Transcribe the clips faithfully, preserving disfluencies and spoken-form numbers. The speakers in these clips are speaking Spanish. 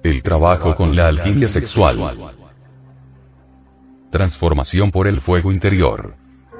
El trabajo con la alquimia sexual. Transformación por el fuego interior.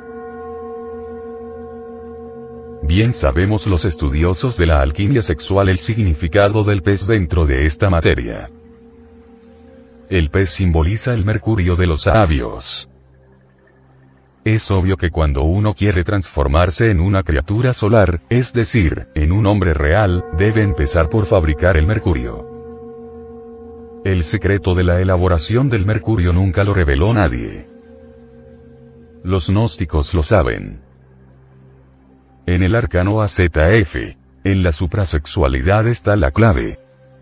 Bien sabemos los estudiosos de la alquimia sexual el significado del pez dentro de esta materia. El pez simboliza el mercurio de los sabios. Es obvio que cuando uno quiere transformarse en una criatura solar, es decir, en un hombre real, debe empezar por fabricar el mercurio. El secreto de la elaboración del mercurio nunca lo reveló nadie. Los gnósticos lo saben. En el arcano A Z F, en la suprasexualidad está la clave.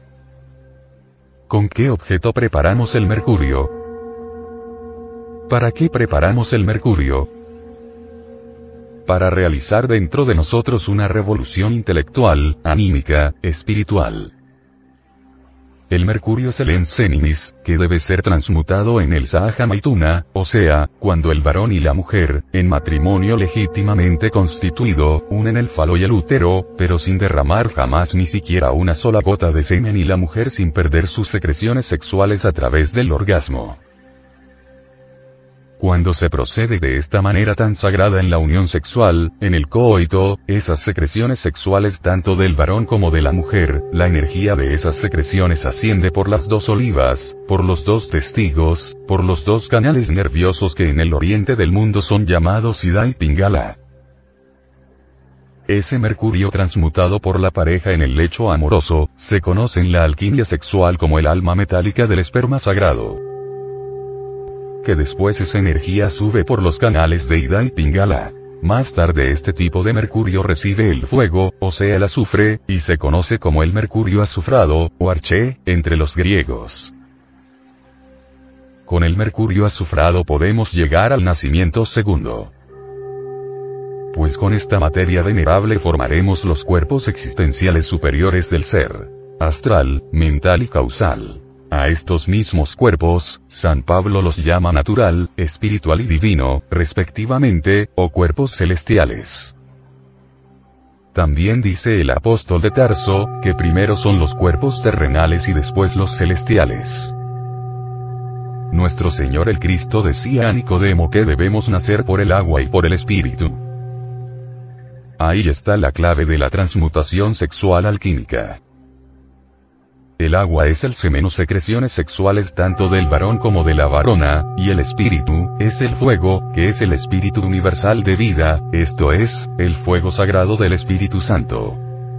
¿Con qué objeto preparamos el mercurio? ¿Para qué preparamos el mercurio? Para realizar dentro de nosotros una revolución intelectual, anímica, espiritual. El mercurio es el enseninis, que debe ser transmutado en el Sahaja Maituna, o sea, cuando el varón y la mujer, en matrimonio legítimamente constituido, unen el falo y el útero, pero sin derramar jamás ni siquiera una sola gota de semen y la mujer sin perder sus secreciones sexuales a través del orgasmo. Cuando se procede de esta manera tan sagrada en la unión sexual, en el coito, esas secreciones sexuales tanto del varón como de la mujer, la energía de esas secreciones asciende por las dos olivas, por los dos testigos, por los dos canales nerviosos que en el oriente del mundo son llamados Ida y Pingala. Ese mercurio transmutado por la pareja en el lecho amoroso, se conoce en la alquimia sexual como el alma metálica del esperma sagrado. Que después esa energía sube por los canales de Ida y Pingala. Más tarde este tipo de mercurio recibe el fuego, o sea el azufre, y se conoce como el mercurio azufrado, o arché, entre los griegos. Con el mercurio azufrado podemos llegar al nacimiento segundo. Pues con esta materia venerable formaremos los cuerpos existenciales superiores del ser. Astral, mental y causal. A estos mismos cuerpos, San Pablo los llama natural, espiritual y divino, respectivamente, o cuerpos celestiales. También dice el apóstol de Tarso, que primero son los cuerpos terrenales y después los celestiales. Nuestro Señor el Cristo decía a Nicodemo que debemos nacer por el agua y por el espíritu. Ahí está la clave de la transmutación sexual alquímica. El agua es el semen o secreciones sexuales tanto del varón como de la varona, y el espíritu, es el fuego, que es el espíritu universal de vida, esto es, el fuego sagrado del Espíritu Santo.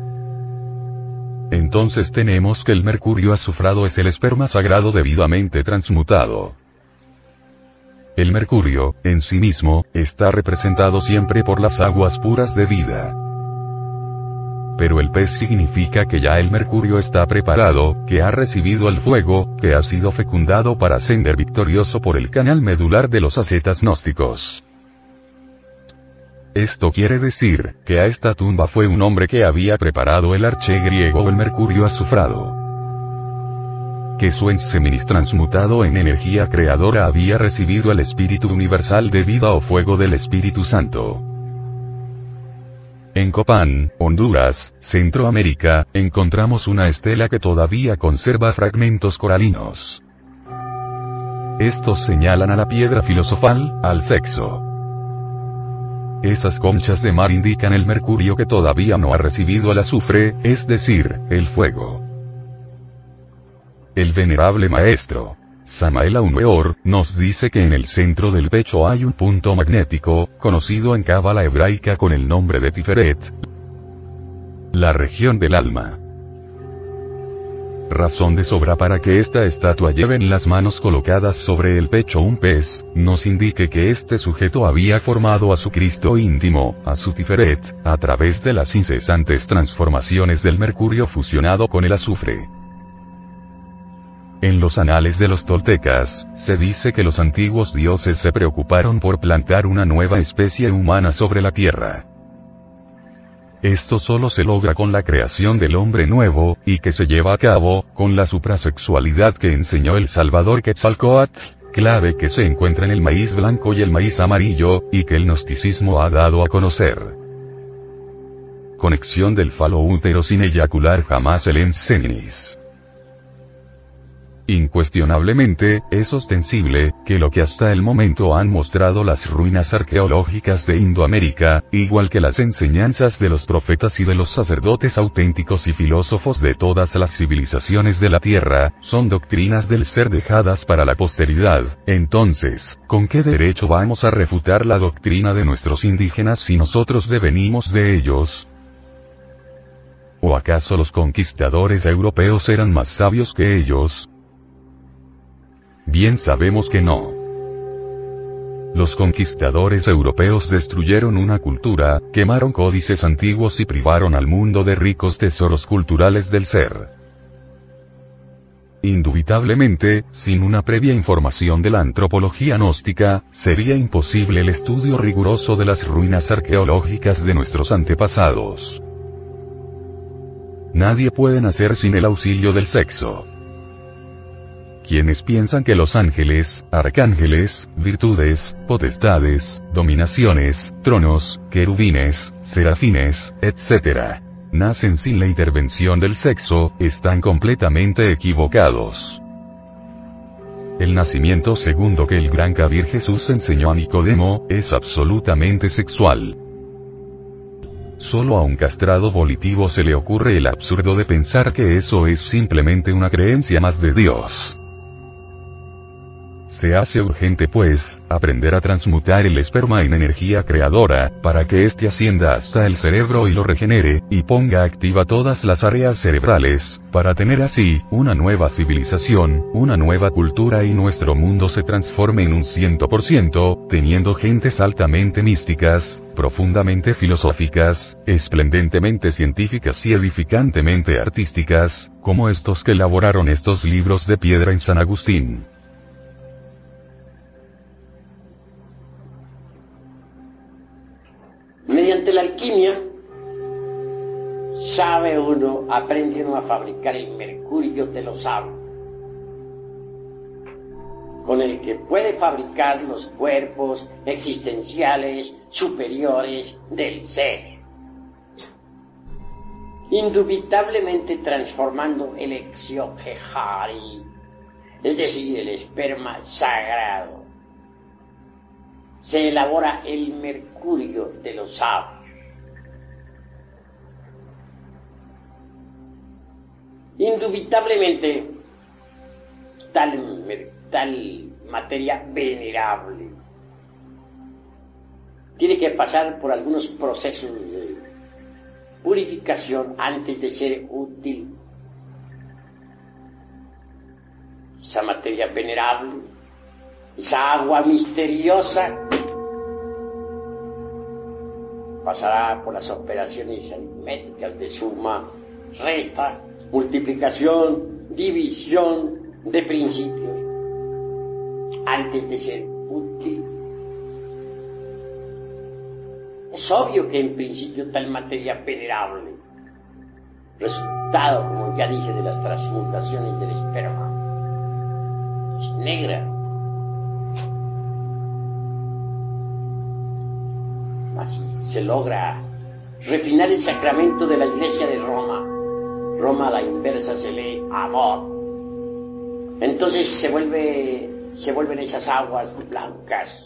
Entonces tenemos que el mercurio azufrado es el esperma sagrado debidamente transmutado. El mercurio, en sí mismo, está representado siempre por las aguas puras de vida. Pero el pez significa que ya el mercurio está preparado, que ha recibido el fuego, que ha sido fecundado para ascender victorioso por el canal medular de los ascetas gnósticos. Esto quiere decir, que a esta tumba fue un hombre que había preparado el arché griego o el mercurio azufrado. Que su enseminis transmutado en energía creadora había recibido el espíritu universal de vida o fuego del Espíritu Santo. En Copán, Honduras, Centroamérica, encontramos una estela que todavía conserva fragmentos coralinos. Estos señalan a la piedra filosofal, al sexo. Esas conchas de mar indican el mercurio que todavía no ha recibido el azufre, es decir, el fuego. El venerable maestro Samael Aun Weor, nos dice que en el centro del pecho hay un punto magnético, conocido en cábala hebraica con el nombre de Tiferet, la región del alma. Razón de sobra para que esta estatua lleve en las manos colocadas sobre el pecho un pez, nos indique que este sujeto había formado a su Cristo íntimo, a su Tiferet, a través de las incesantes transformaciones del mercurio fusionado con el azufre. En los anales de los toltecas, se dice que los antiguos dioses se preocuparon por plantar una nueva especie humana sobre la tierra. Esto solo se logra con la creación del hombre nuevo, y que se lleva a cabo, con la suprasexualidad que enseñó el Salvador Quetzalcóatl, clave que se encuentra en el maíz blanco y el maíz amarillo, y que el gnosticismo ha dado a conocer. Conexión del falo útero sin eyacular jamás el enseninis. Incuestionablemente, es ostensible, que lo que hasta el momento han mostrado las ruinas arqueológicas de Indoamérica, igual que las enseñanzas de los profetas y de los sacerdotes auténticos y filósofos de todas las civilizaciones de la Tierra, son doctrinas del ser dejadas para la posteridad. Entonces, ¿con qué derecho vamos a refutar la doctrina de nuestros indígenas si nosotros devenimos de ellos? ¿O acaso los conquistadores europeos eran más sabios que ellos? Bien sabemos que no. Los conquistadores europeos destruyeron una cultura, quemaron códices antiguos y privaron al mundo de ricos tesoros culturales del ser. Indubitablemente, sin una previa información de la antropología gnóstica, sería imposible el estudio riguroso de las ruinas arqueológicas de nuestros antepasados. Nadie puede nacer sin el auxilio del sexo. Quienes piensan que los ángeles, arcángeles, virtudes, potestades, dominaciones, tronos, querubines, serafines, etcétera, nacen sin la intervención del sexo, están completamente equivocados. El nacimiento segundo que el gran Kabir Jesús enseñó a Nicodemo, es absolutamente sexual. Solo a un castrado volitivo se le ocurre el absurdo de pensar que eso es simplemente una creencia más de Dios. Se hace urgente pues, aprender a transmutar el esperma en energía creadora, para que éste ascienda hasta el cerebro y lo regenere, y ponga activa todas las áreas cerebrales, para tener así, una nueva civilización, una nueva cultura y nuestro mundo se transforme en un ciento por ciento, teniendo gentes altamente místicas, profundamente filosóficas, esplendentemente científicas y edificantemente artísticas, como estos que elaboraron estos libros de piedra en San Agustín. Mediante la alquimia, sabe uno, aprende uno a fabricar el mercurio de los sabios, con el que puede fabricar los cuerpos existenciales superiores del ser, indubitablemente transformando el Exioquejari, es decir, el esperma sagrado. Se elabora el mercurio de los sabios. Indubitablemente, tal, tal materia venerable tiene que pasar por algunos procesos de purificación antes de ser útil. Esa materia venerable, esa agua misteriosa, pasará por las operaciones aritméticas de suma, resta, multiplicación, división de principios, antes de ser útil. Es obvio que en principio tal materia venerable, resultado, como ya dije, de las transmutaciones del esperma, es negra. Así se logra refinar el sacramento de la Iglesia de Roma. Roma a la inversa se lee amor. Entonces se vuelve, se vuelven esas aguas blancas.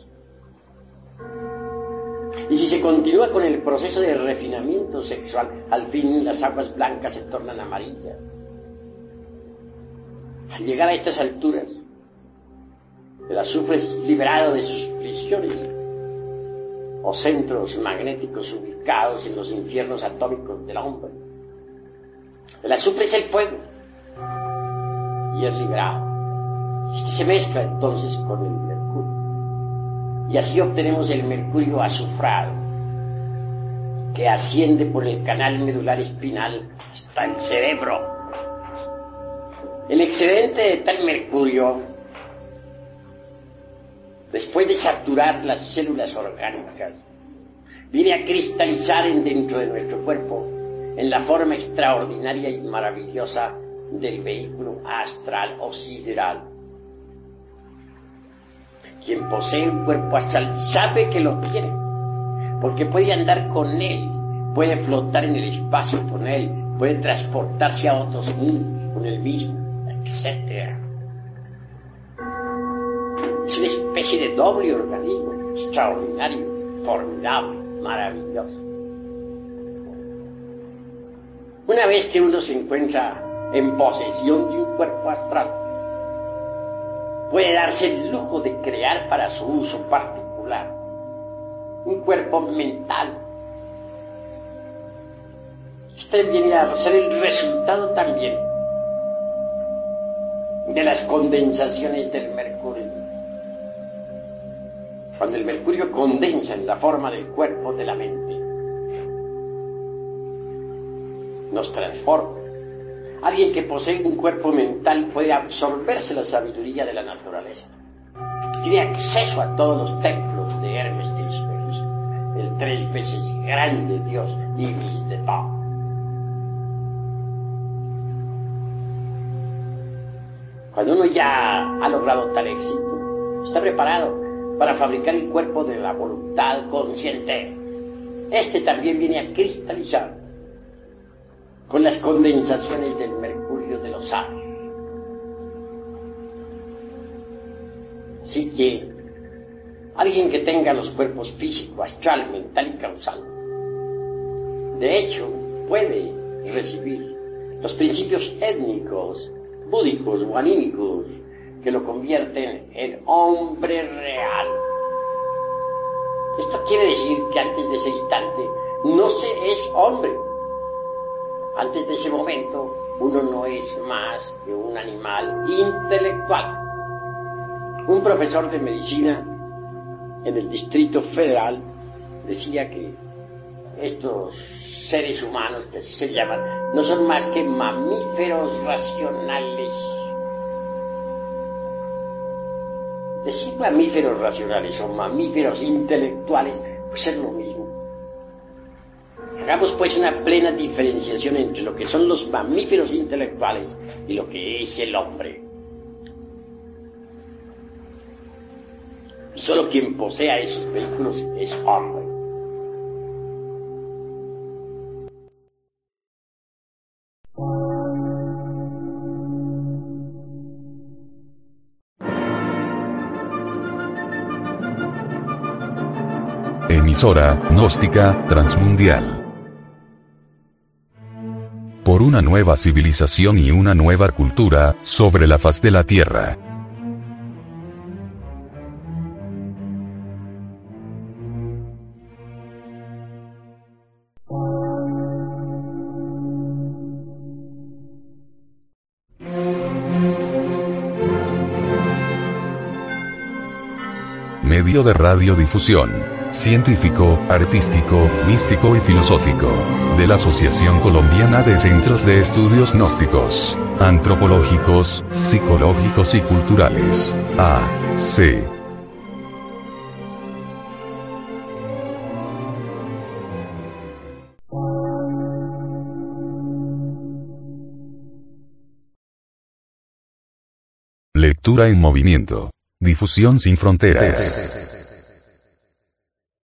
Y si se continúa con el proceso de refinamiento sexual, al fin las aguas blancas se tornan amarillas. Al llegar a estas alturas, el azufre es liberado de sus prisiones o centros magnéticos ubicados en los infiernos atómicos del hombre. El azufre es el fuego y es liberado. Este se mezcla entonces con el mercurio y así obtenemos el mercurio azufrado, que asciende por el canal medular espinal hasta el cerebro. El excedente de tal mercurio, después de saturar las células orgánicas, viene a cristalizar en dentro de nuestro cuerpo en la forma extraordinaria y maravillosa del vehículo astral o sideral. Quien posee un cuerpo astral sabe que lo tiene, porque puede andar con él, puede flotar en el espacio con él, puede transportarse a otros mundos con él mismo, etcétera. Es una especie de doble organismo, extraordinario, formidable, maravilloso. Una vez que uno se encuentra en posesión de un cuerpo astral, puede darse el lujo de crear para su uso particular un cuerpo mental. Este viene a ser el resultado también de las condensaciones del mercurio. Cuando el mercurio condensa en la forma del cuerpo de la mente, nos transforma. Alguien que posee un cuerpo mental puede absorberse la sabiduría de la naturaleza. Tiene acceso a todos los templos de Hermes Trismegistus, el tres veces grande Dios Ibis de todo. Cuando uno ya ha logrado tal éxito, está preparado para fabricar el cuerpo de la voluntad consciente. Este también viene a cristalizar con las condensaciones del mercurio de los sabios. Así que alguien que tenga los cuerpos físico, astral, mental y causal, de hecho, puede recibir los principios étnicos, búdicos o anímicos que lo convierten en hombre real. Esto quiere decir que antes de ese instante no se es hombre. Antes de ese momento, uno no es más que un animal intelectual. Un profesor de medicina en el Distrito Federal decía que estos seres humanos, que así se llaman, no son más que mamíferos racionales. Decir mamíferos racionales o mamíferos intelectuales, pues es lo mismo. Hagamos pues una plena diferenciación entre lo que son los mamíferos intelectuales y lo que es el hombre. Solo quien posea esos vehículos es hombre. Emisora gnóstica transmundial. Por una nueva civilización y una nueva cultura sobre la faz de la Tierra. Medio de radiodifusión, científico, artístico, místico y filosófico, de la Asociación Colombiana de Centros de Estudios Gnósticos, Antropológicos, Psicológicos y Culturales, A C Lectura en movimiento. Difusión sin fronteras.